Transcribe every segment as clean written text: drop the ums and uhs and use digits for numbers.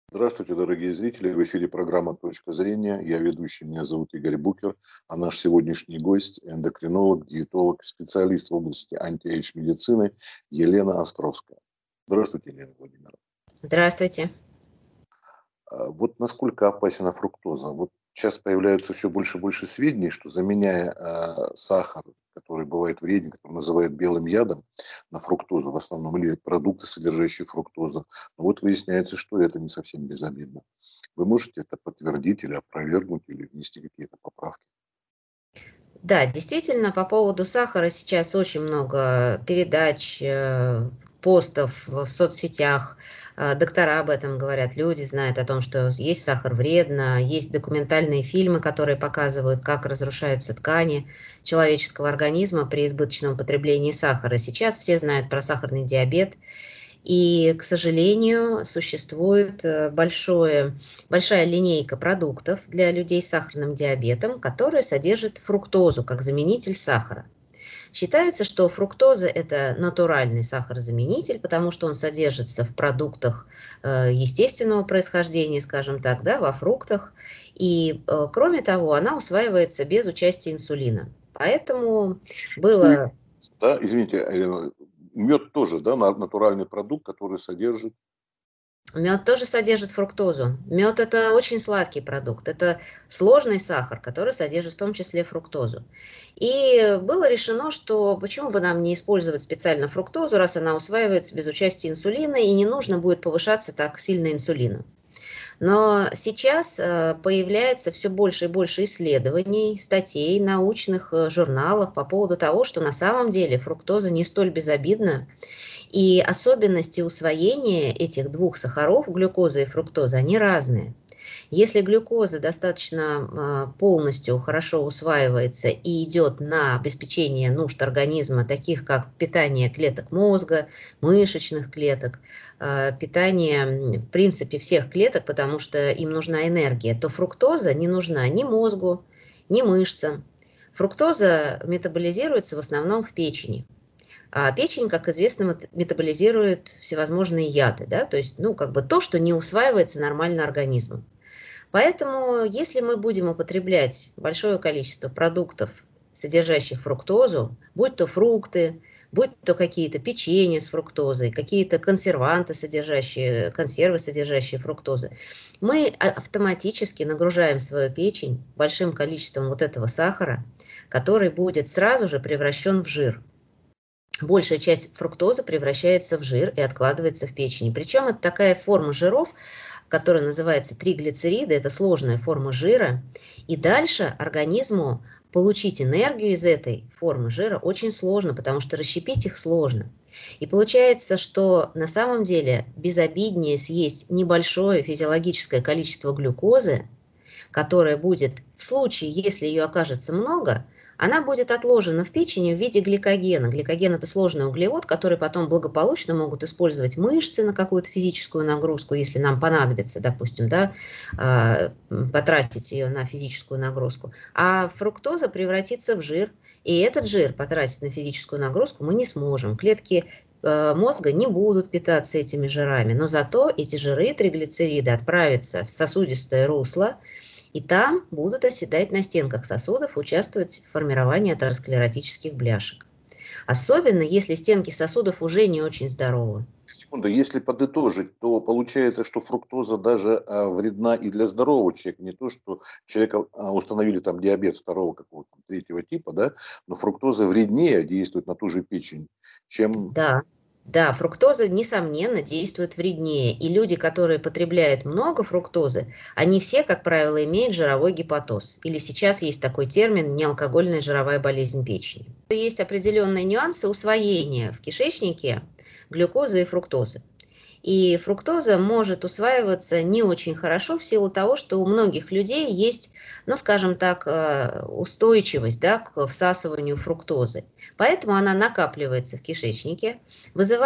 Здравствуйте, дорогие зрители. В эфире программа «Точка зрения». Я ведущий, меня зовут Игорь Букер. А наш сегодняшний гость – эндокринолог, диетолог, специалист в области анти-эйдж-медицины Елена Островская. Здравствуйте, Елена Владимировна. Здравствуйте. Вот насколько опасна фруктоза? Вот сейчас появляются все больше и больше сведений, что заменяя сахар, который бывает вреден, который называют белым ядом, на фруктозу в основном, или продукты, содержащие фруктозу, но вот выясняется, что это не совсем безобидно. Вы можете это подтвердить или опровергнуть, или внести какие-то поправки? Да, действительно, по поводу сахара сейчас очень много передач, постов в соцсетях. Доктора об этом говорят, люди знают о том, что есть сахар вредно, есть документальные фильмы, которые показывают, как разрушаются ткани человеческого организма при избыточном потреблении сахара. Сейчас все знают про сахарный диабет. И, к сожалению, существует большая линейка продуктов для людей с сахарным диабетом, которые содержат фруктозу как заменитель сахара. Считается, что фруктоза – это натуральный сахарозаменитель, потому что он содержится в продуктах естественного происхождения, скажем так, да, во фруктах. И, кроме того, она усваивается без участия инсулина. Поэтому Фрукт, было да, извините, мед тоже, да, натуральный продукт, который содержит. Мед тоже содержит фруктозу. Мед – это очень сладкий продукт. Это сложный сахар, который содержит в том числе фруктозу. И было решено, что почему бы нам не использовать специально фруктозу, раз она усваивается без участия инсулина, и не нужно будет повышаться так сильно инсулину. Но сейчас появляется все больше и больше исследований, статей, научных журналах по поводу того, что на самом деле фруктоза не столь безобидна, и особенности усвоения этих двух сахаров, глюкозы и фруктозы, они разные. Если глюкоза достаточно полностью хорошо усваивается и идет на обеспечение нужд организма, таких как питание клеток мозга, мышечных клеток, питание, в принципе, всех клеток, потому что им нужна энергия, то фруктоза не нужна ни мозгу, ни мышцам. Фруктоза метаболизируется в основном в печени. А печень, как известно, метаболизирует всевозможные яды, да, то есть, ну, как бы то, что не усваивается нормально организмом. Поэтому, если мы будем употреблять большое количество продуктов, содержащих фруктозу, будь то фрукты, будь то какие-то печенья с фруктозой, какие-то консерванты, консервы, содержащие фруктозы, мы автоматически нагружаем свою печень большим количеством вот этого сахара, который будет сразу же превращен в жир. Большая часть фруктозы превращается в жир и откладывается в печени. Причем это такая форма жиров, которая называется триглицериды, это сложная форма жира. И дальше организму получить энергию из этой формы жира очень сложно, потому что расщепить их сложно. И получается, что на самом деле безобиднее съесть небольшое физиологическое количество глюкозы, которая будет, в случае, если ее окажется много, она будет отложена в печени в виде гликогена. Гликоген – это сложный углевод, который потом благополучно могут использовать мышцы на какую-то физическую нагрузку, если нам понадобится, допустим, да, потратить ее на физическую нагрузку. А фруктоза превратится в жир, и этот жир потратить на физическую нагрузку мы не сможем. Клетки мозга не будут питаться этими жирами, но зато эти жиры, триглицериды, отправятся в сосудистое русло, и там будут оседать на стенках сосудов, участвовать в формировании атеросклеротических бляшек. Особенно, если стенки сосудов уже не очень здоровы. Секунду, если подытожить, то получается, что фруктоза даже вредна и для здорового человека. Не то, что человека установили там диабет второго какого-то, третьего типа, да, но фруктоза вреднее действует на ту же печень, чем... Да, да, фруктоза, несомненно, действует вреднее. И люди, которые потребляют много фруктозы, они все, как правило, имеют жировой гепатоз. Или сейчас есть такой термин – неалкогольная жировая болезнь печени. Есть определенные нюансы усвоения в кишечнике глюкозы и фруктозы. И фруктоза может усваиваться не очень хорошо в силу того, что у многих людей есть, ну, скажем так, устойчивость, да, к всасыванию фруктозы. Поэтому она накапливается в кишечнике, вызывает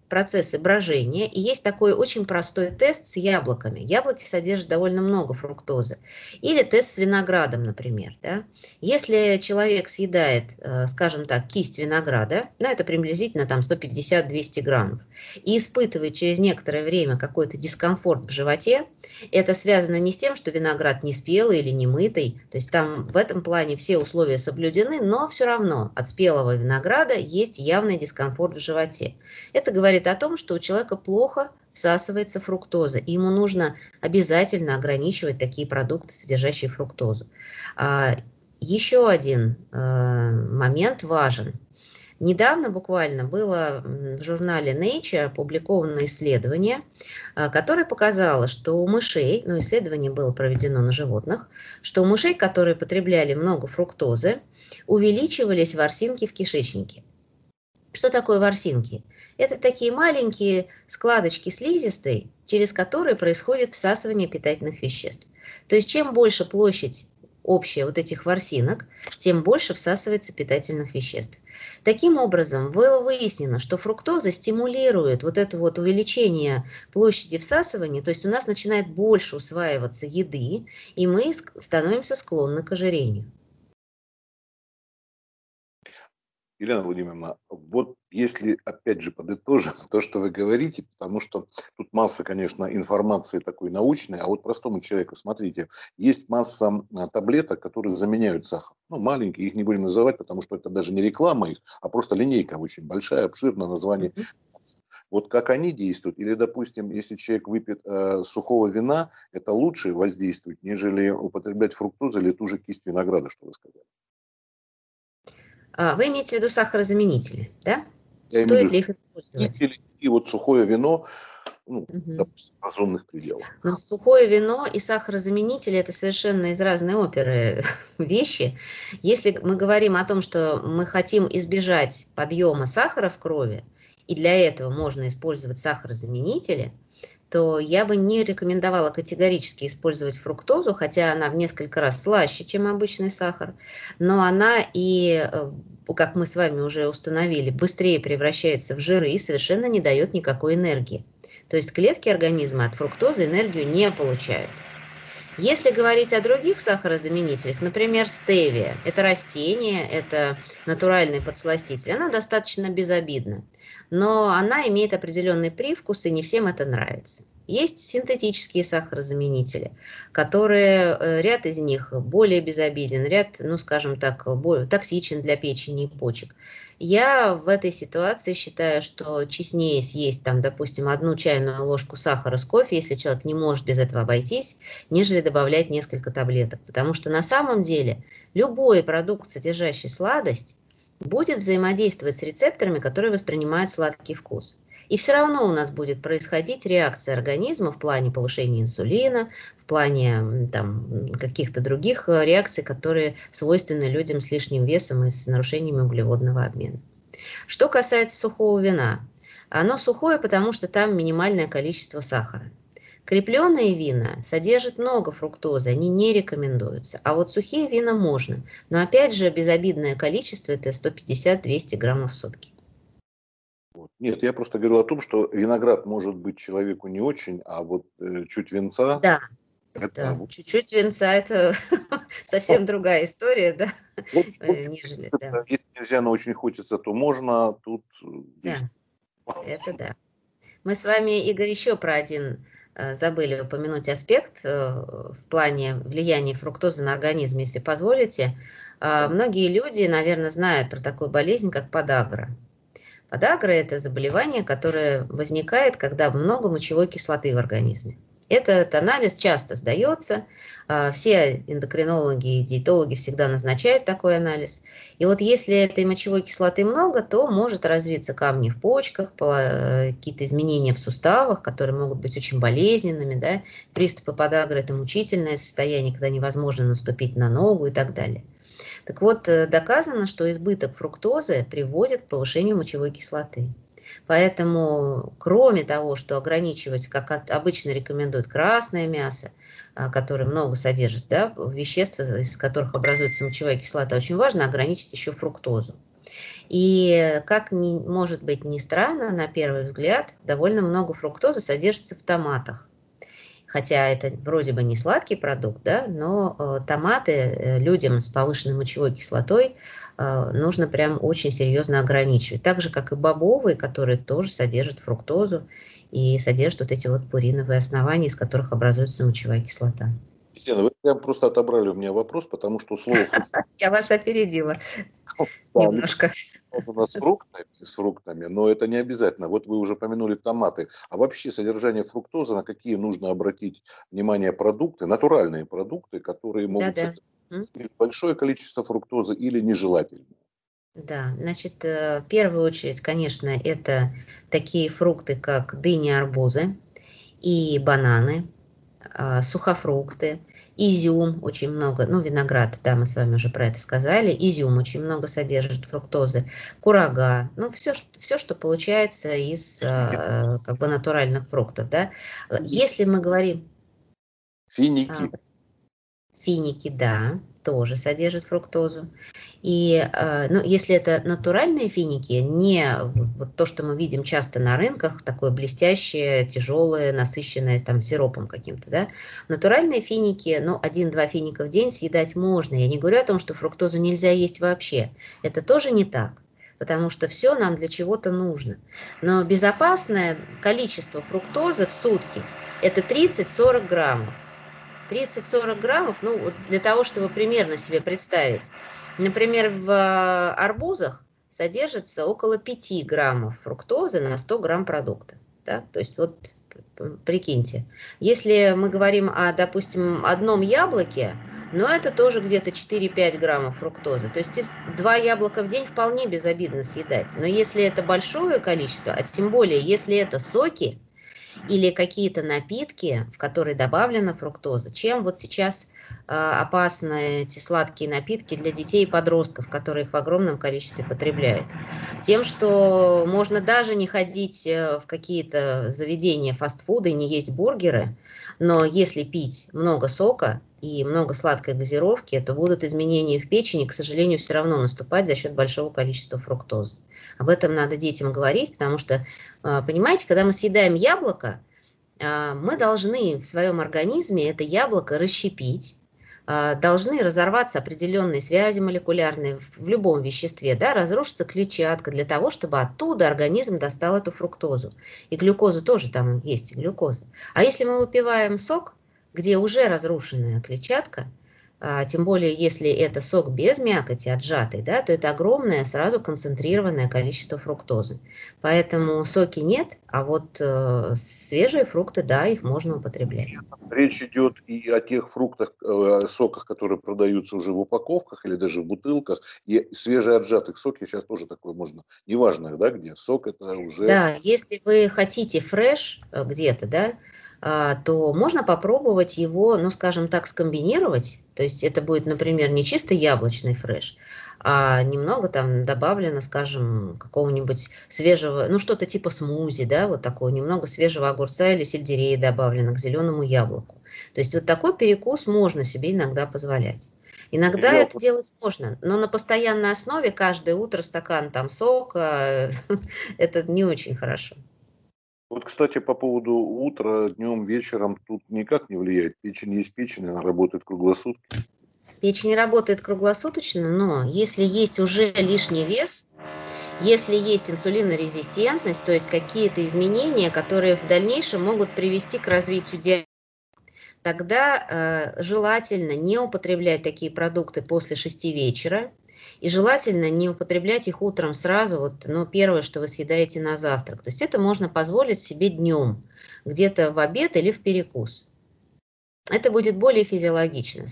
процессы брожения, и есть такой очень простой тест с яблоками. Яблоки содержат довольно много фруктозы. Или тест с виноградом, например. Да? Если человек съедает, скажем так, кисть винограда, ну, это приблизительно там 150-200 граммов, и испытывает через некоторое время какой-то дискомфорт в животе, это связано не с тем, что виноград не спелый или не мытый, то есть там в этом плане все условия соблюдены, но все равно от спелого винограда есть явный дискомфорт в животе. Это говорит о том, что у человека плохо всасывается фруктоза, и ему нужно обязательно ограничивать такие продукты, содержащие фруктозу. Еще один момент важен. Недавно буквально было в журнале Nature опубликовано исследование, которое показало, что у мышей, ну, исследование было проведено на животных, что у мышей, которые потребляли много фруктозы, увеличивались ворсинки в кишечнике. Что такое ворсинки? Это такие маленькие складочки слизистой, через которые происходит всасывание питательных веществ. То есть чем больше площадь общая вот этих ворсинок, тем больше всасывается питательных веществ. Таким образом, было выяснено, что фруктоза стимулирует вот это вот увеличение площади всасывания, то есть у нас начинает больше усваиваться еды, и мы становимся склонны к ожирению. Елена Владимировна, вот если опять же подытожим то, что вы говорите, потому что тут масса, конечно, информации такой научной, а вот простому человеку, смотрите, есть масса таблеток, которые заменяют сахар. Ну, маленькие, их не будем называть, потому что это даже не реклама их, а просто линейка очень большая, обширное название. Вот как они действуют? Или, допустим, если человек выпьет сухого вина, это лучше воздействует, нежели употреблять фруктозу или ту же кисть винограда, что вы сказали? Вы имеете в виду сахарозаменители, да? Я имею в Стоит виду ли их использовать? и вот сухое вино, ну, Мгм. допустим, в разумных пределах. Но сухое вино и сахарозаменители – это совершенно из разной оперы вещи. Если мы говорим о том, что мы хотим избежать подъема сахара в крови, и для этого можно использовать сахарозаменители, то я бы не рекомендовала категорически использовать фруктозу, хотя она в несколько раз слаще, чем обычный сахар, но она и, как мы с вами уже установили, быстрее превращается в жиры и совершенно не дает никакой энергии. То есть клетки организма от фруктозы энергию не получают. Если говорить о других сахарозаменителях, например, стевия, это растение, это натуральный подсластитель, она достаточно безобидна, но она имеет определенный привкус, и не всем это нравится. Есть синтетические сахарозаменители, которые, ряд из них более безобиден, ряд, ну, скажем так, более токсичен для печени и почек. Я в этой ситуации считаю, что честнее съесть, там, допустим, 1 чайную ложку сахара с кофе, если человек не может без этого обойтись, нежели добавлять несколько таблеток. Потому что на самом деле любой продукт, содержащий сладость, будет взаимодействовать с рецепторами, которые воспринимают сладкий вкус. И все равно у нас будет происходить реакция организма в плане повышения инсулина, в плане там, каких-то других реакций, которые свойственны людям с лишним весом и с нарушениями углеводного обмена. Что касается сухого вина, оно сухое, потому что там минимальное количество сахара. Крепленые вина содержат много фруктозы, они не рекомендуются. А вот сухие вина можно. Но опять же, безобидное количество – это 150-200 граммов в сутки. Вот. Нет, я просто говорил о том, что виноград может быть человеку не очень, а вот чуть винца, Да, это да, чуть-чуть винца – это совсем другая история, да, в общем, нежели, принцип, да. если нельзя, но очень хочется, то можно. Тут Да, здесь. это да. Мы с вами, Игорь, еще про один забыли упомянуть аспект в плане влияния фруктозы на организм, если позволите. Многие люди, наверное, знают про такую болезнь, как подагра. Подагра – это заболевание, которое возникает, когда много мочевой кислоты в организме. Этот анализ часто сдается, все эндокринологи и диетологи всегда назначают такой анализ. И вот если этой мочевой кислоты много, то может развиться камни в почках, какие-то изменения в суставах, которые могут быть очень болезненными. Да? Приступы подагры – это мучительное состояние, когда невозможно наступить на ногу и так далее. Так вот, доказано, что избыток фруктозы приводит к повышению мочевой кислоты. Поэтому, кроме того, что ограничивать, как обычно рекомендуют, красное мясо, которое много содержит, да, веществ, из которых образуется мочевая кислота, очень важно ограничить еще фруктозу. И как может быть ни странно, на первый взгляд, довольно много фруктозы содержится в томатах. Хотя это вроде бы не сладкий продукт, да, но томаты людям с повышенной мочевой кислотой нужно прям очень серьезно ограничивать. Так же, как и бобовые, которые тоже содержат фруктозу и содержат вот эти вот пуриновые основания, из которых образуется мочевая кислота. Кристина, вы прям просто отобрали у меня вопрос, потому что слово Я вас опередила да, немножко. связано с фруктами, но это не обязательно. Вот вы уже упомянули томаты. А вообще содержание фруктозы, на какие нужно обратить внимание продукты, натуральные продукты, которые могут Да-да. содержать или большое количество фруктозы или нежелательно? Да, значит, в первую очередь, конечно, это такие фрукты, как дыни, арбузы и бананы, сухофрукты, изюм очень много, ну, виноград, да, мы с вами уже про это сказали, изюм очень много содержит фруктозы, курага, ну, все, что получается из как бы натуральных фруктов, да. Финики. Если мы говорим Финики. финики, да, тоже содержат фруктозу. И, ну, если это натуральные финики, не вот то, что мы видим часто на рынках, такое блестящее, тяжелое, насыщенное там сиропом каким-то, да. Натуральные финики, ну, один-два финика в день съедать можно. Я не говорю о том, что фруктозу нельзя есть вообще. Это тоже не так, потому что все нам для чего-то нужно. Но безопасное количество фруктозы в сутки – это 30-40 граммов. 30-40 граммов, ну, вот для того, чтобы примерно себе представить. Например, в арбузах содержится около 5 граммов фруктозы на 100 грамм продукта. Да? То есть вот прикиньте, если мы говорим о, допустим, одном яблоке, но это тоже где-то 4-5 граммов фруктозы. То есть 2 яблока в день вполне безобидно съедать. Но если это большое количество, а тем более, если это соки, или какие-то напитки, в которые добавлена фруктоза. Чем вот сейчас опасны эти сладкие напитки для детей и подростков, которые их в огромном количестве потребляют? Тем, что можно даже не ходить в какие-то заведения фастфуда и не есть бургеры, но если пить много сока и много сладкой газировки, то будут изменения в печени, к сожалению, все равно наступать за счет большого количества фруктозы. Об этом надо детям говорить, потому что, понимаете, когда мы съедаем яблоко, мы должны в своем организме это яблоко расщепить, должны разорваться определенные связи молекулярные в любом веществе, да, разрушится клетчатка для того, чтобы оттуда организм достал эту фруктозу. И глюкоза тоже там есть, глюкоза. А если мы выпиваем сок, где уже разрушенная клетчатка, тем более если это сок без мякоти, отжатый, да, то это огромное сразу концентрированное количество фруктозы. Поэтому соки нет, а вот свежие фрукты, да, их можно употреблять. Речь идет и о тех фруктах, соках, которые продаются уже в упаковках или даже в бутылках, и свежеотжатых соки сейчас тоже такое можно, неважно, да, где сок, это уже Да, если вы хотите фреш где-то, да, то можно попробовать его, ну, скажем так, скомбинировать. То есть это будет, например, не чисто яблочный фреш, а немного там добавлено, скажем, какого-нибудь свежего, ну, что-то типа смузи, да, вот такого, немного свежего огурца или сельдерея добавлено к зеленому яблоку. То есть вот такой перекус можно себе иногда позволять. Иногда я это делать можно, но на постоянной основе каждое утро стакан там сока, это не очень хорошо. вот, кстати, по поводу утра, днем, вечером тут никак не влияет. Печень есть печень, она работает круглосутки. Печень работает круглосуточно, но если есть уже лишний вес, если есть инсулинорезистентность, то есть какие-то изменения, которые в дальнейшем могут привести к развитию диабета, тогда желательно не употреблять такие продукты после 6 вечера, и желательно не употреблять их утром сразу, вот, ну, первое, что вы съедаете на завтрак. То есть это можно позволить себе днем, где-то в обед или в перекус. Это будет более физиологично.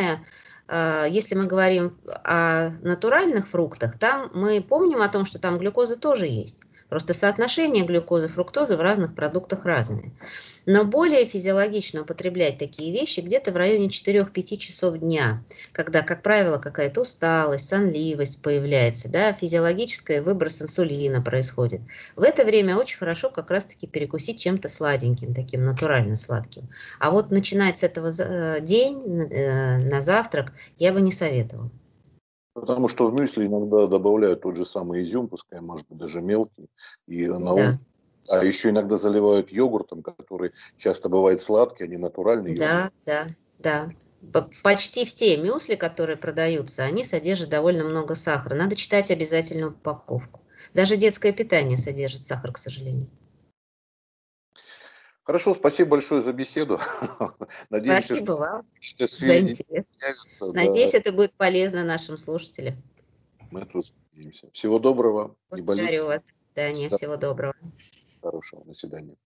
Если мы говорим о натуральных фруктах, там мы помним о том, что там глюкоза тоже есть. Просто соотношение глюкозы, фруктозы в разных продуктах разные. Но более физиологично употреблять такие вещи где-то в районе 4-5 часов дня, когда, как правило, какая-то усталость, сонливость появляется, да, физиологический выброс инсулина происходит. В это время очень хорошо как раз-таки перекусить чем-то сладеньким, таким натурально сладким. А вот начинать с этого день на завтрак я бы не советовала. Потому что в мюсли иногда добавляют тот же самый изюм, пускай, может быть, даже мелкий, и на ум. Да, А еще иногда заливают йогуртом, который часто бывает сладкий, а не натуральный йогурт. да, да, да. Почти все мюсли, которые продаются, они содержат довольно много сахара. Надо читать обязательно упаковку. Даже детское питание содержит сахар, к сожалению. Хорошо, спасибо большое за беседу. Надеемся, что Спасибо вам какие-то за сведения интерес. появятся. Да, Надеюсь, это будет полезно нашим слушателям. мы тут надеемся. Всего доброго, не болейте. Благодарю вас. До До свидания. свидания. Всего доброго. Хорошего. До свидания.